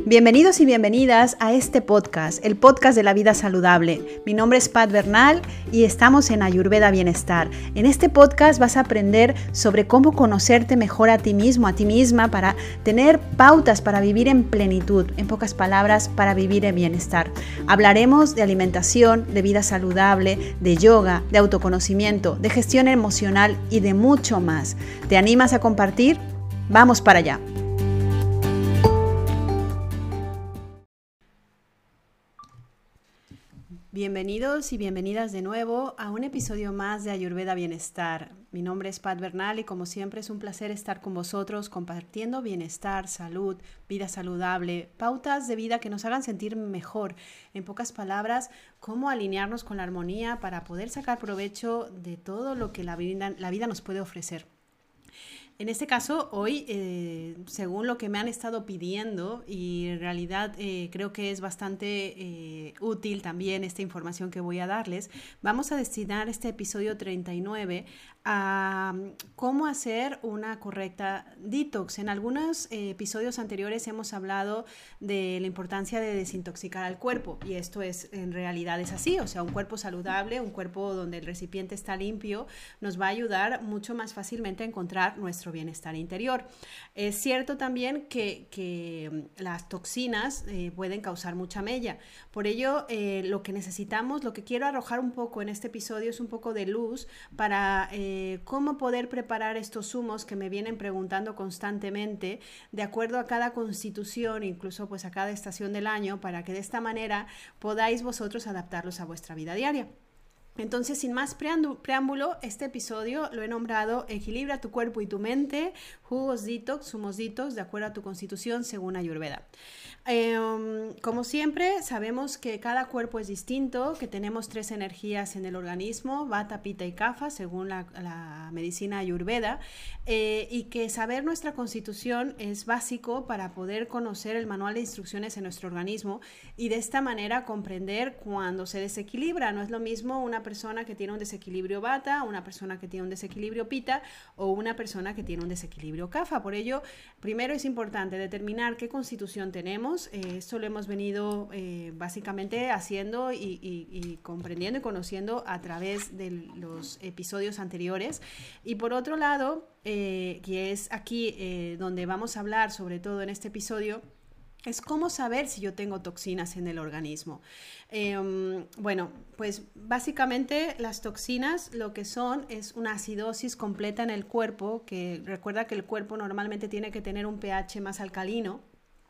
Bienvenidos y bienvenidas a este podcast, el podcast de la vida saludable. Mi nombre es Pat Bernal y estamos en Ayurveda Bienestar. En este podcast vas a aprender sobre cómo conocerte mejor a ti mismo, a ti misma, para tener pautas para vivir en plenitud, en pocas palabras, para vivir en bienestar. Hablaremos de alimentación, de vida saludable, de yoga, de autoconocimiento, de gestión emocional y de mucho más. ¿Te animas a compartir? ¡Vamos para allá! Bienvenidos y bienvenidas de nuevo a un episodio más de Ayurveda Bienestar. Mi nombre es Pat Bernal y como siempre es un placer estar con vosotros compartiendo bienestar, salud, vida saludable, pautas de vida que nos hagan sentir mejor. En pocas palabras, cómo alinearnos con la armonía para poder sacar provecho de todo lo que la vida nos puede ofrecer. En este caso, hoy, según lo que me han estado pidiendo, y en realidad creo que es bastante útil también esta información que voy a darles, vamos a destinar este episodio 39 a cómo hacer una correcta detox. En algunos episodios anteriores hemos hablado de la importancia de desintoxicar al cuerpo, y esto en realidad es así, o sea, un cuerpo saludable, un cuerpo donde el recipiente está limpio, nos va a ayudar mucho más fácilmente a encontrar nuestro bienestar interior. Es cierto también que las toxinas pueden causar mucha mella. Por ello, lo que necesitamos, lo que quiero arrojar un poco en este episodio es un poco de luz para cómo poder preparar estos zumos que me vienen preguntando constantemente de acuerdo a cada constitución, incluso pues a cada estación del año, para que de esta manera podáis vosotros adaptarlos a vuestra vida diaria. Entonces, sin más preámbulo, este episodio lo he nombrado Equilibra tu cuerpo y tu mente, jugos detox, zumos detox, de acuerdo a tu constitución según Ayurveda. Como siempre, sabemos que cada cuerpo es distinto, que tenemos 3 energías en el organismo, Vata, Pitta y Kapha, según la medicina Ayurveda, y que saber nuestra constitución es básico para poder conocer el manual de instrucciones en nuestro organismo y de esta manera comprender cuando se desequilibra. No es lo mismo una persona que tiene un desequilibrio Vata, una persona que tiene un desequilibrio Pitta o una persona que tiene un desequilibrio Kapha. Por ello, primero es importante determinar qué constitución tenemos. Esto lo hemos venido básicamente haciendo y comprendiendo y conociendo a través de los episodios anteriores. Y por otro lado, que es aquí donde vamos a hablar, sobre todo en este episodio, es cómo saber si yo tengo toxinas en el organismo. Bueno, pues básicamente las toxinas lo que son es una acidosis completa en el cuerpo, que recuerda que el cuerpo normalmente tiene que tener un pH más alcalino.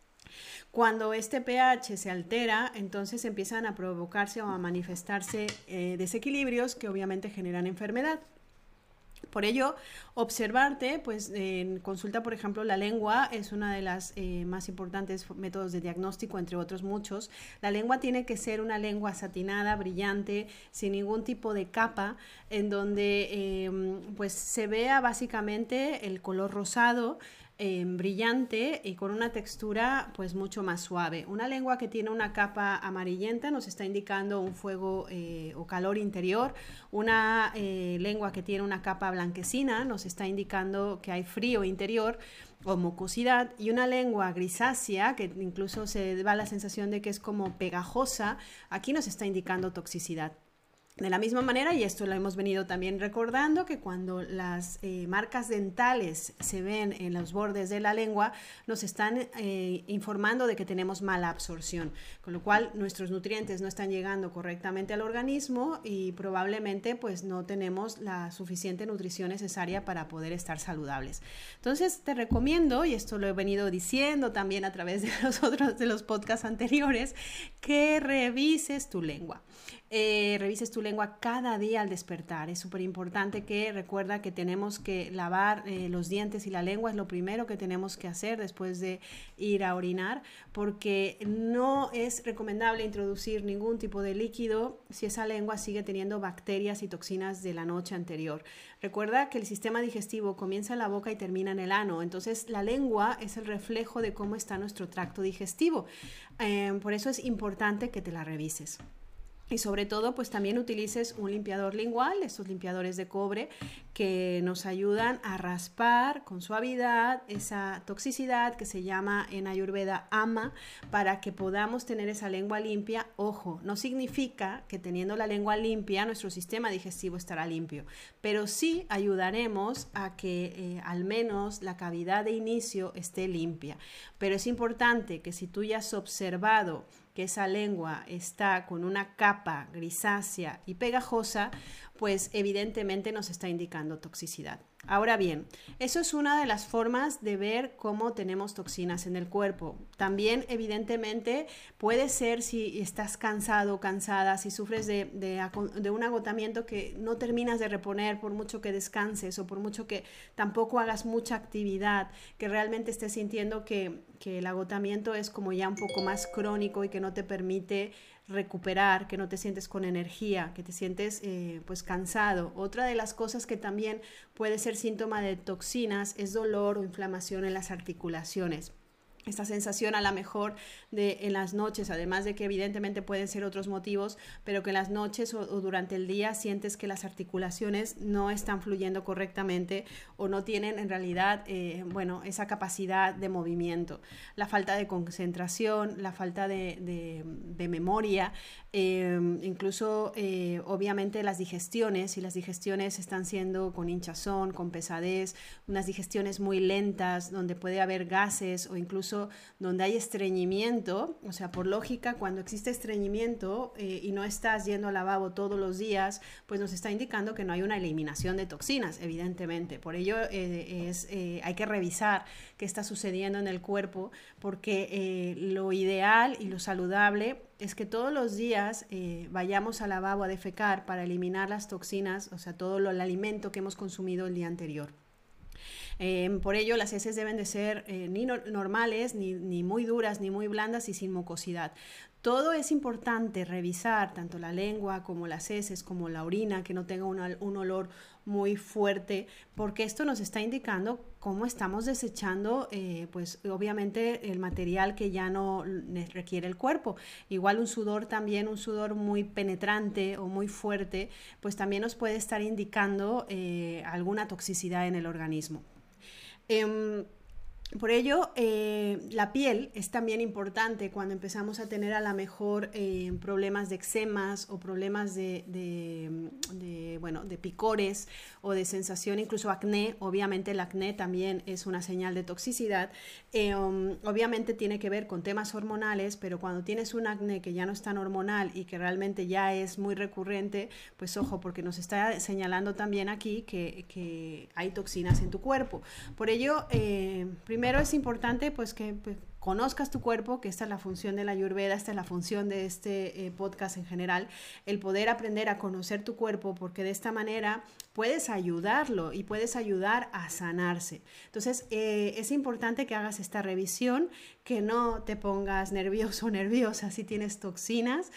Cuando este pH se altera, entonces empiezan a provocarse o a manifestarse desequilibrios que obviamente generan enfermedad. Por ello, observarte, pues consulta, por ejemplo, la lengua es una de las más importantes métodos de diagnóstico, entre otros muchos. La lengua tiene que ser una lengua satinada, brillante, sin ningún tipo de capa, en donde pues se vea básicamente el color rosado, brillante y con una textura pues mucho más suave. Una lengua que tiene una capa amarillenta nos está indicando un fuego o calor interior. Una lengua que tiene una capa blanquecina nos está indicando que hay frío interior o mucosidad, y una lengua grisácea que incluso se da la sensación de que es como pegajosa, aquí nos está indicando toxicidad. De la misma manera, y esto lo hemos venido también recordando, que cuando las marcas dentales se ven en los bordes de la lengua, nos están informando de que tenemos mala absorción, con lo cual nuestros nutrientes no están llegando correctamente al organismo y probablemente pues no tenemos la suficiente nutrición necesaria para poder estar saludables. Entonces te recomiendo, y esto lo he venido diciendo también a través de los podcasts anteriores, que revises tu lengua. Revises tu lengua cada día al despertar. Es súper importante que recuerda que tenemos que lavar los dientes y la lengua, es lo primero que tenemos que hacer después de ir a orinar, porque no es recomendable introducir ningún tipo de líquido si esa lengua sigue teniendo bacterias y toxinas de la noche anterior. Recuerda que el sistema digestivo comienza en la boca y termina en el ano, entonces la lengua es el reflejo de cómo está nuestro tracto digestivo. Por eso es importante que te la revises. Y sobre todo, pues también utilices un limpiador lingual, estos limpiadores de cobre que nos ayudan a raspar con suavidad esa toxicidad que se llama en Ayurveda ama, para que podamos tener esa lengua limpia. Ojo, no significa que teniendo la lengua limpia nuestro sistema digestivo estará limpio, pero sí ayudaremos a que al menos la cavidad de inicio esté limpia. Pero es importante que si tú ya has observado que esa lengua está con una capa grisácea y pegajosa, pues evidentemente nos está indicando toxicidad. Ahora bien, eso es una de las formas de ver cómo tenemos toxinas en el cuerpo. También, evidentemente, puede ser si estás cansado o cansada, si sufres de un agotamiento que no terminas de reponer por mucho que descanses o por mucho que tampoco hagas mucha actividad, que realmente estés sintiendo que el agotamiento es como ya un poco más crónico y que no te permite recuperar, que no te sientes con energía, que te sientes pues cansado. Otra de las cosas que también puede ser síntoma de toxinas es dolor o inflamación en las articulaciones. Esta sensación a lo mejor en las noches, además de que evidentemente pueden ser otros motivos, pero que en las noches o durante el día sientes que las articulaciones no están fluyendo correctamente o no tienen en realidad esa capacidad de movimiento. La falta de concentración, la falta de memoria, incluso obviamente las digestiones, si las digestiones están siendo con hinchazón, con pesadez, unas digestiones muy lentas donde puede haber gases o incluso donde hay estreñimiento, o sea, por lógica, cuando existe estreñimiento y no estás yendo al lavabo todos los días, pues nos está indicando que no hay una eliminación de toxinas, evidentemente. Por ello hay que revisar qué está sucediendo en el cuerpo, porque lo ideal y lo saludable es que todos los días vayamos al lavabo a defecar para eliminar las toxinas, o sea, todo el alimento que hemos consumido el día anterior. Por ello, las heces deben de ser ni normales, ni muy duras, ni muy blandas y sin mucosidad. Todo es importante revisar, tanto la lengua como las heces, como la orina, que no tenga un olor muy fuerte, porque esto nos está indicando cómo estamos desechando, pues obviamente el material que ya no requiere el cuerpo. Igual un sudor también, un sudor muy penetrante o muy fuerte, pues también nos puede estar indicando alguna toxicidad en el organismo. Por ello, la piel es también importante cuando empezamos a tener a lo mejor problemas de eczemas o problemas de picores o de sensación, incluso acné. Obviamente el acné también es una señal de toxicidad. Obviamente tiene que ver con temas hormonales, pero cuando tienes un acné que ya no es tan hormonal y que realmente ya es muy recurrente, pues ojo, porque nos está señalando también aquí que hay toxinas en tu cuerpo. Por ello, primero es importante pues que conozcas tu cuerpo, que esta es la función de la Ayurveda, esta es la función de este podcast en general, el poder aprender a conocer tu cuerpo, porque de esta manera puedes ayudarlo y puedes ayudar a sanarse. Entonces es importante que hagas esta revisión, que no te pongas nervioso o nerviosa si tienes toxinas.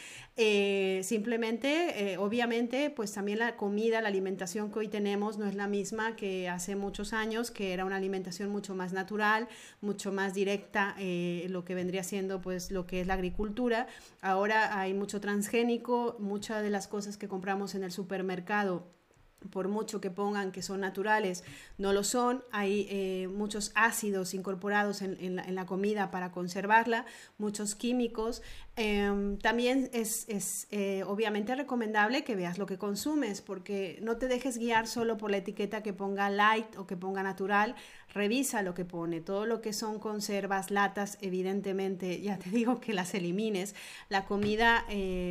Simplemente, obviamente, pues también la comida, la alimentación que hoy tenemos no es la misma que hace muchos años, que era una alimentación mucho más natural, mucho más directa, lo que vendría siendo pues lo que es la agricultura. Ahora hay mucho transgénico, muchas de las cosas que compramos en el supermercado, por mucho que pongan que son naturales, no lo son. Hay muchos ácidos incorporados en la comida para conservarla, muchos químicos. También es obviamente recomendable que veas lo que consumes, porque no te dejes guiar solo por la etiqueta que ponga light o que ponga natural. Revisa lo que pone, todo lo que son conservas, latas, evidentemente, ya te digo que las elimines. La comida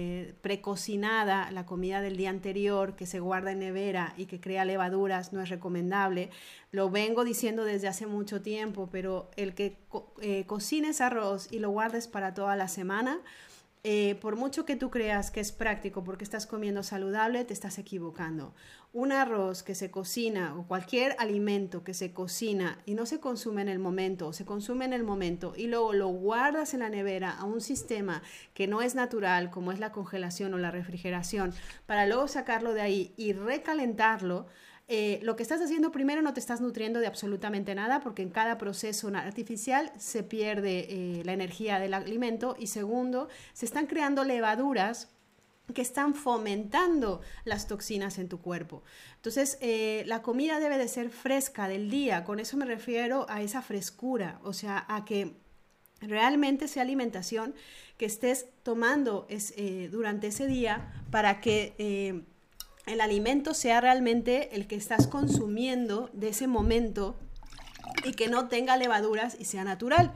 precocinada, la comida del día anterior que se guarda en nevera y que crea levaduras, no es recomendable. Lo vengo diciendo desde hace mucho tiempo, pero el que cocines arroz y lo guardes para toda la semana, por mucho que tú creas que es práctico porque estás comiendo saludable, te estás equivocando. Un arroz que se cocina o cualquier alimento que se cocina y no se consume en el momento, o se consume en el momento y luego lo guardas en la nevera a un sistema que no es natural, como es la congelación o la refrigeración, para luego sacarlo de ahí y recalentarlo, lo que estás haciendo, primero, no te estás nutriendo de absolutamente nada, porque en cada proceso artificial se pierde la energía del alimento, y segundo, se están creando levaduras que están fomentando las toxinas en tu cuerpo. Entonces, la comida debe de ser fresca del día. Con eso me refiero a esa frescura, o sea, a que realmente sea alimentación que estés tomando durante ese día para que el alimento sea realmente el que estás consumiendo de ese momento y que no tenga levaduras y sea natural.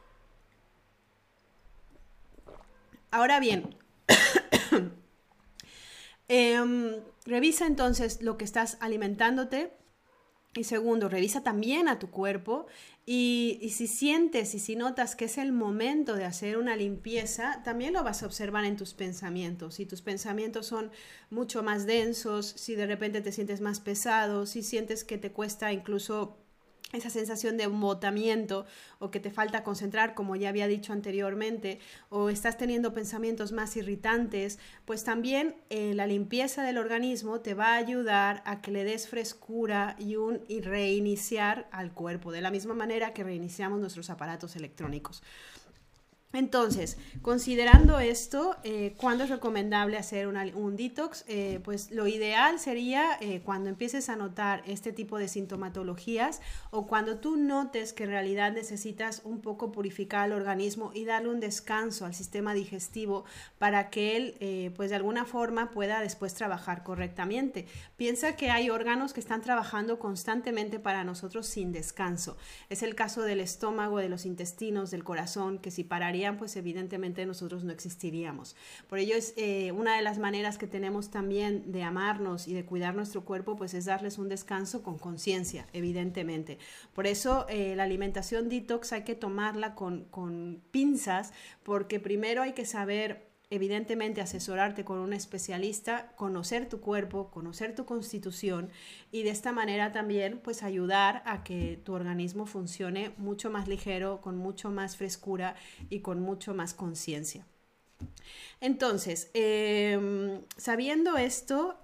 Ahora bien, revisa entonces lo que estás alimentándote. Y segundo, revisa también a tu cuerpo y si sientes y si notas que es el momento de hacer una limpieza, también lo vas a observar en tus pensamientos. Si tus pensamientos son mucho más densos, si de repente te sientes más pesado, si sientes que te cuesta incluso esa sensación de embotamiento o que te falta concentrar, como ya había dicho anteriormente, o estás teniendo pensamientos más irritantes, pues también la limpieza del organismo te va a ayudar a que le des frescura y reiniciar al cuerpo, de la misma manera que reiniciamos nuestros aparatos electrónicos. Entonces, considerando esto, ¿cuándo es recomendable hacer un detox? Pues lo ideal sería cuando empieces a notar este tipo de sintomatologías o cuando tú notes que en realidad necesitas un poco purificar al organismo y darle un descanso al sistema digestivo para que él, pues de alguna forma pueda después trabajar correctamente. Piensa que hay órganos que están trabajando constantemente para nosotros sin descanso. Es el caso del estómago, de los intestinos, del corazón, que si pararían, pues evidentemente nosotros no existiríamos. Por ello es una de las maneras que tenemos también de amarnos y de cuidar nuestro cuerpo, pues es darles un descanso con conciencia, evidentemente. Por eso la alimentación detox hay que tomarla con pinzas, porque primero hay que saber, evidentemente, asesorarte con un especialista, conocer tu cuerpo, conocer tu constitución y de esta manera también pues ayudar a que tu organismo funcione mucho más ligero, con mucho más frescura y con mucho más conciencia. Entonces, sabiendo esto,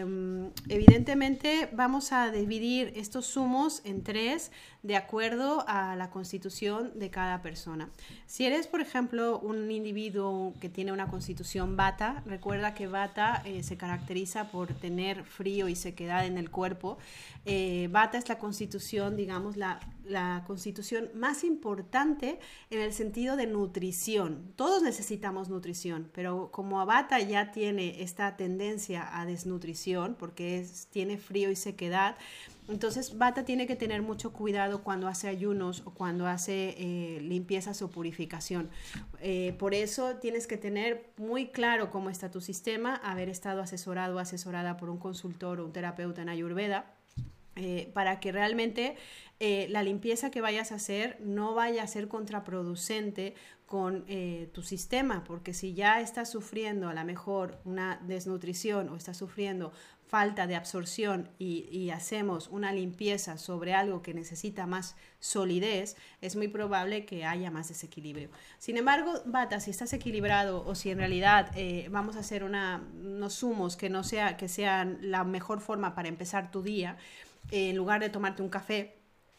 evidentemente vamos a dividir estos zumos en 3 de acuerdo a la constitución de cada persona. Si eres, por ejemplo, un individuo que tiene una constitución Vata, recuerda que Vata se caracteriza por tener frío y sequedad en el cuerpo. Vata es la constitución, digamos, la constitución más importante en el sentido de nutrición. Todos necesitamos nutrición, pero como Vata ya tiene esta tendencia a desnutrición porque tiene frío y sequedad, entonces Vata tiene que tener mucho cuidado cuando hace ayunos o cuando hace limpiezas o purificación. Por eso tienes que tener muy claro cómo está tu sistema, haber estado asesorado o asesorada por un consultor o un terapeuta en Ayurveda, para que realmente la limpieza que vayas a hacer no vaya a ser contraproducente con tu sistema, porque si ya estás sufriendo a lo mejor una desnutrición o estás sufriendo falta de absorción y hacemos una limpieza sobre algo que necesita más solidez, es muy probable que haya más desequilibrio. Sin embargo, Vata, si estás equilibrado o si en realidad vamos a hacer unos zumos que sean la mejor forma para empezar tu día, en lugar de tomarte un café,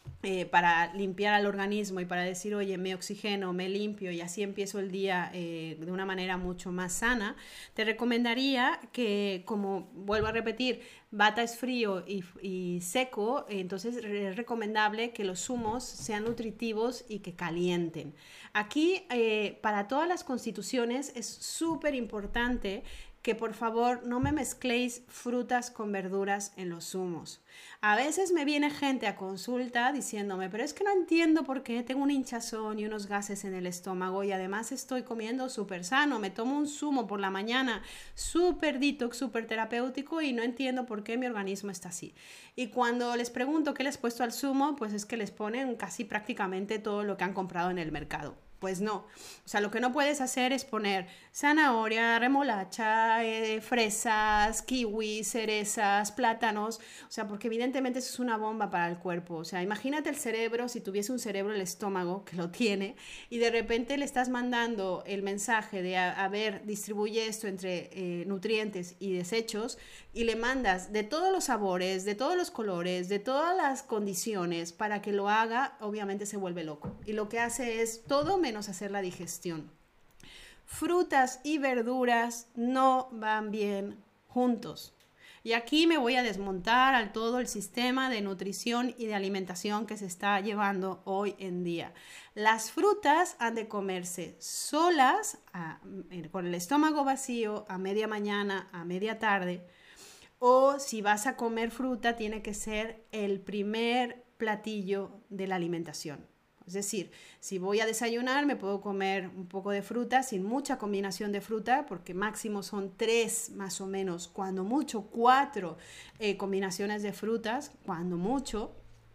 para limpiar al organismo y para decir, oye, me oxigeno, me limpio y así empiezo el día de una manera mucho más sana, te recomendaría que, como vuelvo a repetir, Vata es frío y seco, entonces es recomendable que los zumos sean nutritivos y que calienten. Aquí, para todas las constituciones, es súper importante que por favor no me mezcléis frutas con verduras en los zumos. A veces me viene gente a consulta diciéndome, pero es que no entiendo por qué tengo un hinchazón y unos gases en el estómago y además estoy comiendo súper sano, me tomo un zumo por la mañana, súper detox, súper terapéutico y no entiendo por qué mi organismo está así. Y cuando les pregunto qué les he puesto al zumo, pues es que les ponen casi prácticamente todo lo que han comprado en el mercado. Pues no, o sea, lo que no puedes hacer es poner zanahoria, remolacha, fresas, kiwis, cerezas, plátanos, o sea, porque evidentemente eso es una bomba para el cuerpo. O sea, imagínate el cerebro, si tuviese un cerebro el estómago, que lo tiene, y de repente le estás mandando el mensaje de, a ver, distribuye esto entre nutrientes y desechos, y le mandas de todos los sabores, de todos los colores, de todas las condiciones para que lo haga, obviamente se vuelve loco. Y lo que hace es todo menos hacer la digestión. frutas y verduras no van bien juntos. Y aquí me voy a desmontar al todo el sistema de nutrición y de alimentación que se está llevando hoy en día. Las frutas han de comerse solas, con el estómago vacío, a media mañana, a media tarde. O si vas a comer fruta, tiene que ser el primer platillo de la alimentación. Es decir, si voy a desayunar, me puedo comer un poco de fruta, sin mucha combinación de fruta, porque máximo son 3 más o menos, cuando mucho 4 combinaciones de frutas, cuando mucho.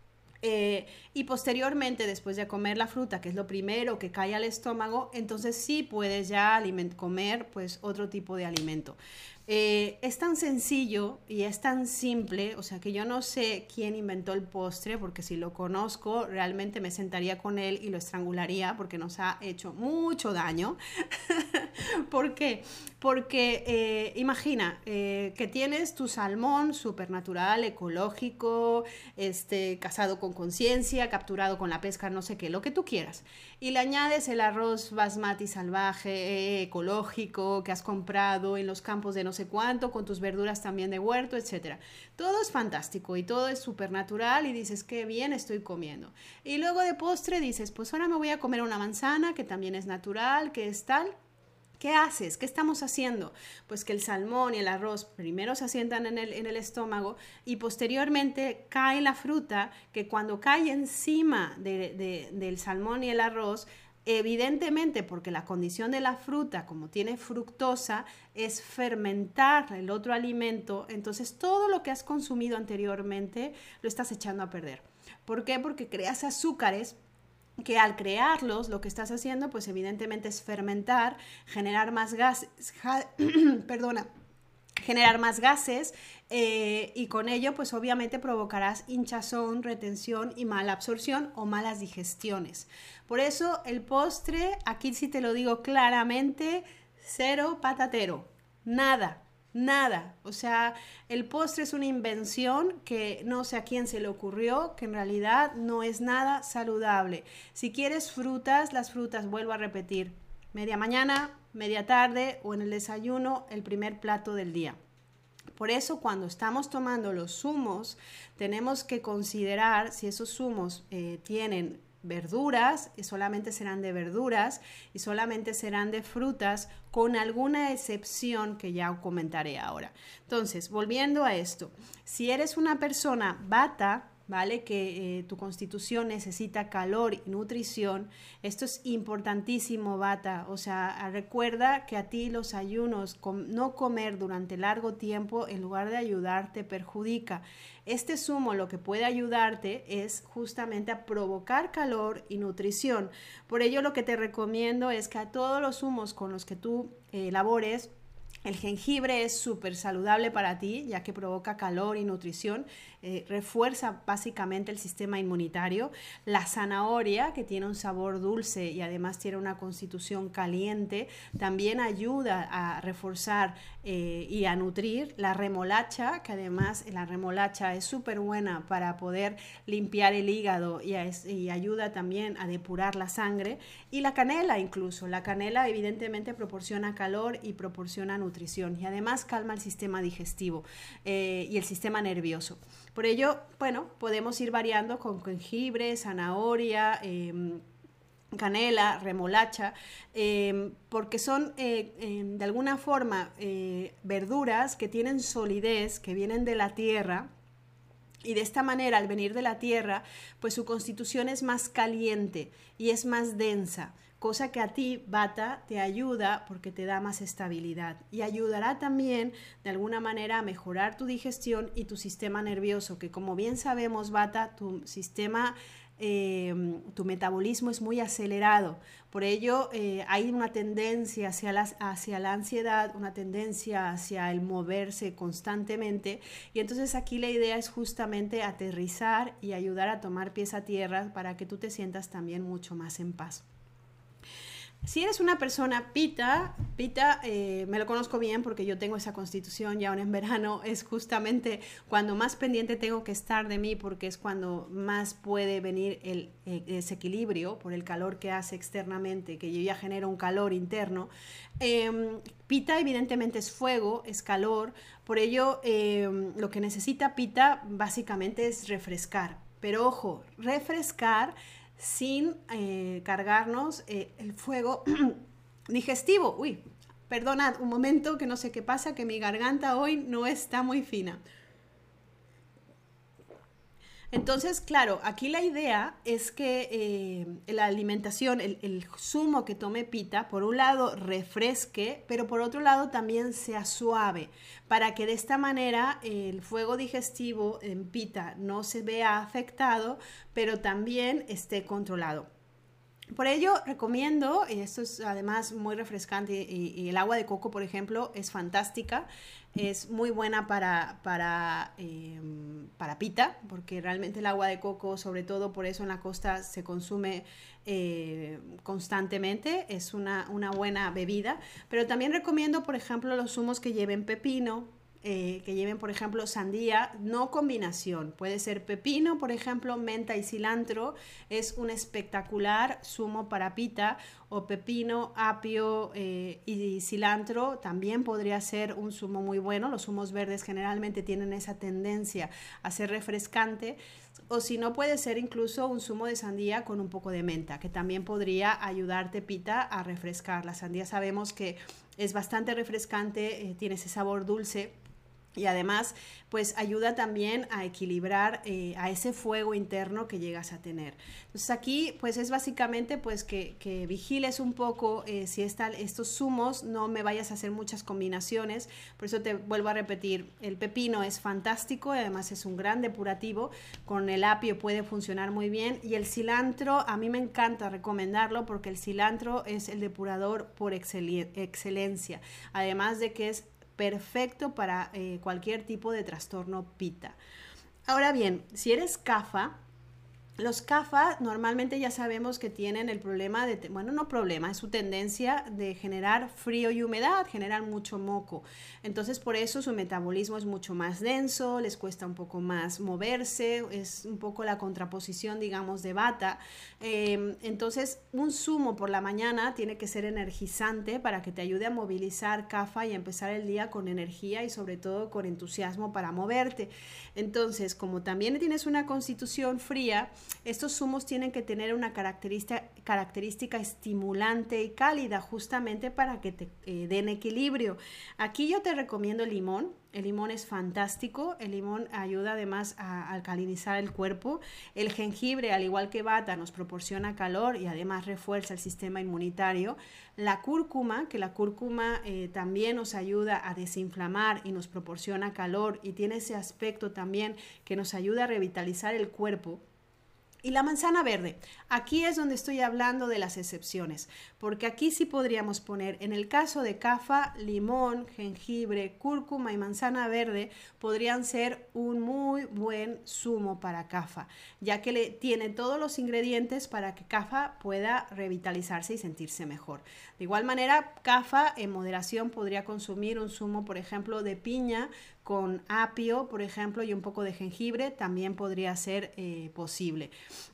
Y posteriormente, después de comer la fruta, que es lo primero que cae al estómago, entonces sí puedes ya comer pues otro tipo de alimento. Es tan sencillo y es tan simple, o sea que yo no sé quién inventó el postre, porque si lo conozco realmente me sentaría con él y lo estrangularía porque nos ha hecho mucho daño. ¿Por qué? Porque imagina que tienes tu salmón supernatural, ecológico, cazado con conciencia, capturado con la pesca, no sé qué, lo que tú quieras. Y le añades el arroz basmati salvaje, ecológico, que has comprado en los campos de no sé cuánto, con tus verduras también de huerto, etcétera. Todo es fantástico y todo es supernatural y dices, qué bien estoy comiendo. Y luego de postre dices, pues ahora me voy a comer una manzana, que también es natural, que es tal. ¿Qué haces? ¿Qué estamos haciendo? Pues que el salmón y el arroz primero se asientan en el estómago y posteriormente cae la fruta, que cuando cae encima del salmón y el arroz, evidentemente, porque la condición de la fruta, como tiene fructosa, es fermentar el otro alimento, entonces todo lo que has consumido anteriormente lo estás echando a perder. ¿Por qué? Porque creas azúcares que al crearlos lo que estás haciendo pues evidentemente es fermentar, generar más gases, generar más gases y con ello pues obviamente provocarás hinchazón, retención y mala absorción o malas digestiones. Por eso el postre, aquí sí te lo digo claramente, cero patatero, nada. Nada, o sea, el postre es una invención que no sé a quién se le ocurrió, que en realidad no es nada saludable. Si quieres frutas, las frutas, vuelvo a repetir, media mañana, media tarde o en el desayuno, el primer plato del día. Por eso cuando estamos tomando los zumos, tenemos que considerar si esos zumos tienen verduras y solamente serán de verduras y solamente serán de frutas con alguna excepción que ya comentaré ahora. Entonces, volviendo a esto, si eres una persona vata, ¿vale? Que tu constitución necesita calor y nutrición. Esto es importantísimo, Vata. O sea, recuerda que a ti los ayunos, no comer durante largo tiempo, en lugar de ayudarte, perjudica. Este zumo lo que puede ayudarte es justamente a provocar calor y nutrición. Por ello, lo que te recomiendo es que a todos los zumos con los que tú elabores, el jengibre es súper saludable para ti, ya que provoca calor y nutrición, refuerza básicamente el sistema inmunitario. La zanahoria, que tiene un sabor dulce y además tiene una constitución caliente, también ayuda a reforzar y a nutrir. La remolacha, que además la remolacha es súper buena para poder limpiar el hígado y ayuda también a depurar la sangre. Y la canela incluso. La canela evidentemente proporciona calor y proporciona nutrición y además calma el sistema digestivo y el sistema nervioso. Por ello, bueno, podemos ir variando con jengibre, zanahoria, canela, remolacha, porque son de alguna forma verduras que tienen solidez, que vienen de la tierra. Y de esta manera, al venir de la tierra, pues su constitución es más caliente y es más densa, cosa que a ti, Vata, te ayuda porque te da más estabilidad y ayudará también de alguna manera a mejorar tu digestión y tu sistema nervioso, que como bien sabemos, Vata, tu sistema tu metabolismo es muy acelerado. Por ello hay una tendencia hacia la ansiedad, una tendencia hacia el moverse constantemente, y entonces aquí la idea es justamente aterrizar y ayudar a tomar pies a tierra para que tú te sientas también mucho más en paz. Si eres una persona pita, me lo conozco bien porque yo tengo esa constitución y ahora en verano es justamente cuando más pendiente tengo que estar de mí porque es cuando más puede venir el desequilibrio por el calor que hace externamente, que yo ya genero un calor interno. Pita evidentemente es fuego, es calor, por ello lo que necesita Pita básicamente es refrescar. Pero ojo, refrescar sin cargarnos el fuego digestivo. Uy, perdonad un momento que no sé qué pasa, que mi garganta hoy no está muy fina. Entonces, claro, aquí la idea es que la alimentación, el zumo que tome Pita, por un lado refresque, pero por otro lado también sea suave, para que de esta manera el fuego digestivo en Pita no se vea afectado, pero también esté controlado. Por ello recomiendo, y esto es además muy refrescante, y el agua de coco, por ejemplo, es fantástica, es muy buena para Pita, porque realmente el agua de coco, sobre todo por eso en la costa se consume constantemente, es una buena bebida, pero también recomiendo, por ejemplo, los zumos que lleven pepino, que lleven, por ejemplo, sandía, no combinación. Puede ser pepino, por ejemplo, menta y cilantro. Es un espectacular zumo para Pita. O pepino, apio y cilantro también podría ser un zumo muy bueno. Los zumos verdes generalmente tienen esa tendencia a ser refrescante. O si no, puede ser incluso un zumo de sandía con un poco de menta, que también podría ayudarte, Pita, a refrescar. La sandía sabemos que es bastante refrescante, tiene ese sabor dulce. Y además, pues ayuda también a equilibrar a ese fuego interno que llegas a tener. Entonces aquí, pues es básicamente pues que vigiles un poco si estos zumos, no me vayas a hacer muchas combinaciones. Por eso te vuelvo a repetir, el pepino es fantástico y además es un gran depurativo. Con el apio puede funcionar muy bien. Y el cilantro, a mí me encanta recomendarlo porque el cilantro es el depurador por excelencia. Además de que es perfecto para cualquier tipo de trastorno Pita. Ahora bien, si eres CAFA, los CAFA normalmente ya sabemos que tienen el problema de, bueno, no problema, es su tendencia de generar frío y humedad, generan mucho moco. Entonces por eso su metabolismo es mucho más denso, les cuesta un poco más moverse, es un poco la contraposición, digamos, de Vata. Entonces un zumo por la mañana tiene que ser energizante para que te ayude a movilizar CAFA y a empezar el día con energía y sobre todo con entusiasmo para moverte. Entonces, como también tienes una constitución fría, estos zumos tienen que tener una característica estimulante y cálida justamente para que te den equilibrio. Aquí yo te recomiendo el limón. El limón es fantástico, el limón ayuda además a alcalinizar el cuerpo. El jengibre, al igual que Vata, nos proporciona calor y además refuerza el sistema inmunitario. La cúrcuma, que la cúrcuma también nos ayuda a desinflamar y nos proporciona calor y tiene ese aspecto también que nos ayuda a revitalizar el cuerpo. Y la manzana verde, aquí es donde estoy hablando de las excepciones, porque aquí sí podríamos poner, en el caso de CAFA, limón, jengibre, cúrcuma y manzana verde podrían ser un muy buen zumo para CAFA, ya que tiene todos los ingredientes para que CAFA pueda revitalizarse y sentirse mejor. De igual manera, CAFA en moderación podría consumir un zumo, por ejemplo, de piña, con apio, por ejemplo, y un poco de jengibre, también podría ser posible.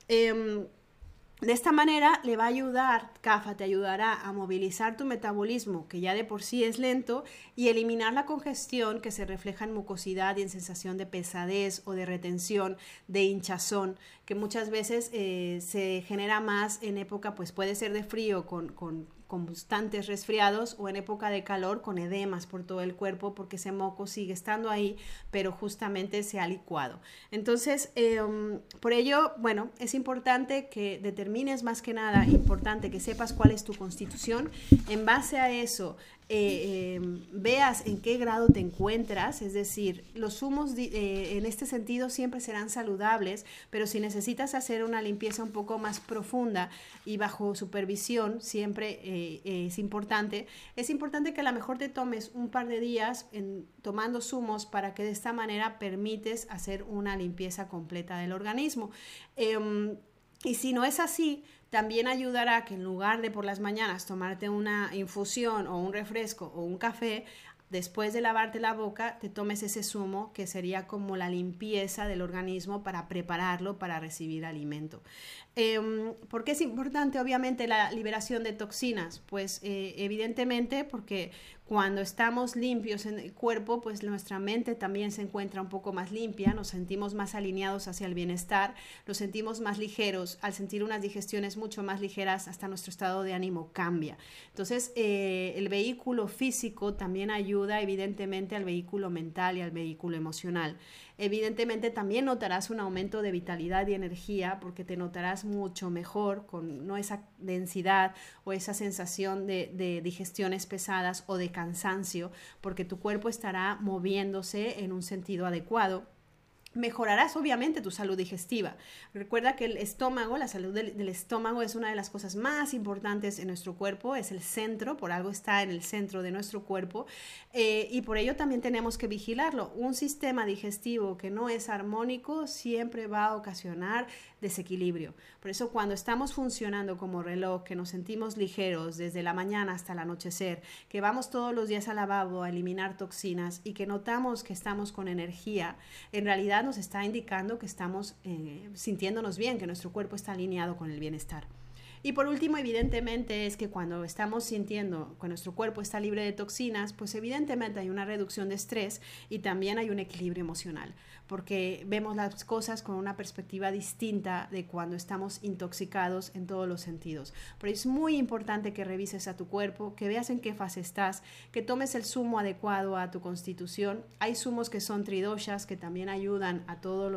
De esta manera le va a ayudar, CAFA te ayudará a movilizar tu metabolismo, que ya de por sí es lento, y eliminar la congestión que se refleja en mucosidad y en sensación de pesadez o de retención, de hinchazón, que muchas veces se genera más en época, pues puede ser de frío con constantes resfriados o en época de calor con edemas por todo el cuerpo porque ese moco sigue estando ahí, pero justamente se ha licuado. Entonces, por ello, bueno, es importante que determines más que nada, importante que sepas cuál es tu constitución. En base a eso, veas en qué grado te encuentras, es decir, los zumos en este sentido siempre serán saludables, pero si necesitas hacer una limpieza un poco más profunda y bajo supervisión, siempre es importante que a lo mejor te tomes un par de días tomando zumos para que de esta manera permites hacer una limpieza completa del organismo. Y si no es así, también ayudará que en lugar de por las mañanas tomarte una infusión o un refresco o un café, después de lavarte la boca, te tomes ese zumo que sería como la limpieza del organismo para prepararlo para recibir alimento. ¿Por qué es importante obviamente la liberación de toxinas? Pues evidentemente porque cuando estamos limpios en el cuerpo, pues nuestra mente también se encuentra un poco más limpia, nos sentimos más alineados hacia el bienestar, nos sentimos más ligeros, al sentir unas digestiones mucho más ligeras, hasta nuestro estado de ánimo cambia. Entonces, el vehículo físico también ayuda evidentemente al vehículo mental y al vehículo emocional. Evidentemente también notarás un aumento de vitalidad y energía porque te notarás mucho mejor con no esa densidad o esa sensación de digestiones pesadas o de cansancio, porque tu cuerpo estará moviéndose en un sentido adecuado. Mejorarás obviamente tu salud digestiva. Recuerda que el estómago, la salud del estómago es una de las cosas más importantes en nuestro cuerpo, es el centro, por algo está en el centro de nuestro cuerpo y por ello también tenemos que vigilarlo. Un sistema digestivo que no es armónico siempre va a ocasionar desequilibrio. Por eso cuando estamos funcionando como reloj, que nos sentimos ligeros desde la mañana hasta el anochecer, que vamos todos los días al lavabo a eliminar toxinas y que notamos que estamos con energía, en realidad nos está indicando que estamos sintiéndonos bien, que nuestro cuerpo está alineado con el bienestar. Y por último, evidentemente, es que cuando estamos sintiendo que nuestro cuerpo está libre de toxinas, pues evidentemente hay una reducción de estrés y también hay un equilibrio emocional, porque vemos las cosas con una perspectiva distinta de cuando estamos intoxicados en todos los sentidos. Por eso es muy importante que revises a tu cuerpo, que veas en qué fase estás, que tomes el zumo adecuado a tu constitución. Hay zumos que son tridoshas, que también ayudan a todos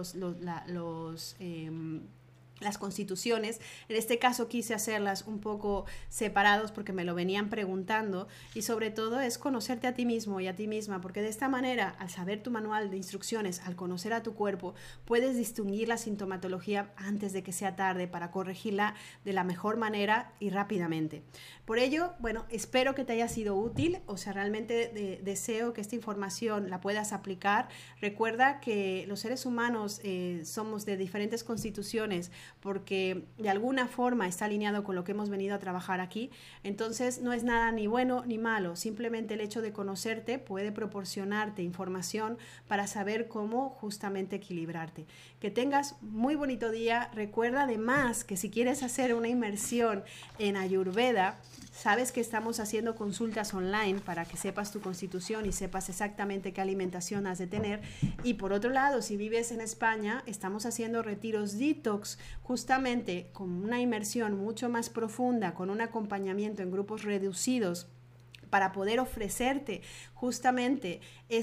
las constituciones. En este caso quise hacerlas un poco separados porque me lo venían preguntando y sobre todo es conocerte a ti mismo y a ti misma, porque de esta manera, al saber tu manual de instrucciones, al conocer a tu cuerpo, puedes distinguir la sintomatología antes de que sea tarde para corregirla de la mejor manera y rápidamente. Por ello, bueno, espero que te haya sido útil, o sea, realmente deseo que esta información la puedas aplicar. Recuerda que los seres humanos somos de diferentes constituciones, porque de alguna forma está alineado con lo que hemos venido a trabajar aquí. Entonces no es nada ni bueno ni malo, simplemente el hecho de conocerte puede proporcionarte información para saber cómo justamente equilibrarte. Que tengas muy bonito día. Recuerda además que si quieres hacer una inmersión en Ayurveda, sabes que estamos haciendo consultas online para que sepas tu constitución y sepas exactamente qué alimentación has de tener. Y por otro lado, si vives en España, estamos haciendo retiros detox, justamente con una inmersión mucho más profunda, con un acompañamiento en grupos reducidos, para poder ofrecerte justamente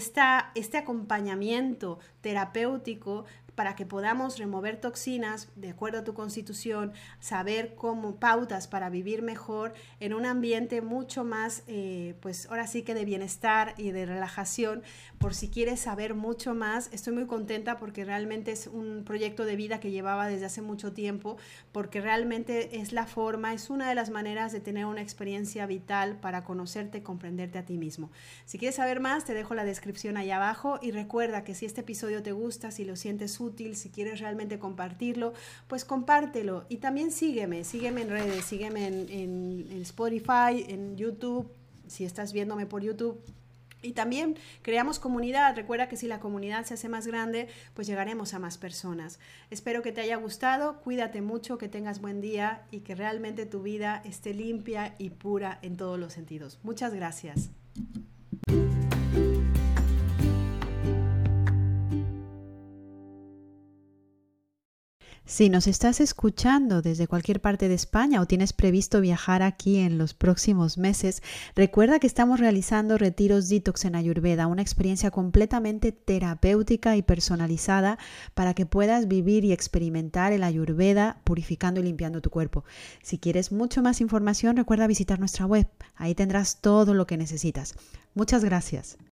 este acompañamiento terapéutico para que podamos remover toxinas de acuerdo a tu constitución, saber cómo pautas para vivir mejor en un ambiente mucho más, pues ahora sí que de bienestar y de relajación. Por si quieres saber mucho más, estoy muy contenta porque realmente es un proyecto de vida que llevaba desde hace mucho tiempo, porque realmente es la forma, es una de las maneras de tener una experiencia vital para conocerte y comprenderte a ti mismo. Si quieres saber más, te dejo la descripción ahí abajo y recuerda que si este episodio te gusta, si lo sientes útil, si quieres realmente compartirlo, pues compártelo. Y también sígueme en redes, sígueme en Spotify, en YouTube, si estás viéndome por YouTube. Y también creamos comunidad. Recuerda que si la comunidad se hace más grande, pues llegaremos a más personas. Espero que te haya gustado, cuídate mucho, que tengas buen día y que realmente tu vida esté limpia y pura en todos los sentidos. Muchas gracias. Si nos estás escuchando desde cualquier parte de España o tienes previsto viajar aquí en los próximos meses, recuerda que estamos realizando retiros detox en Ayurveda, una experiencia completamente terapéutica y personalizada para que puedas vivir y experimentar el Ayurveda purificando y limpiando tu cuerpo. Si quieres mucho más información, recuerda visitar nuestra web. Ahí tendrás todo lo que necesitas. Muchas gracias.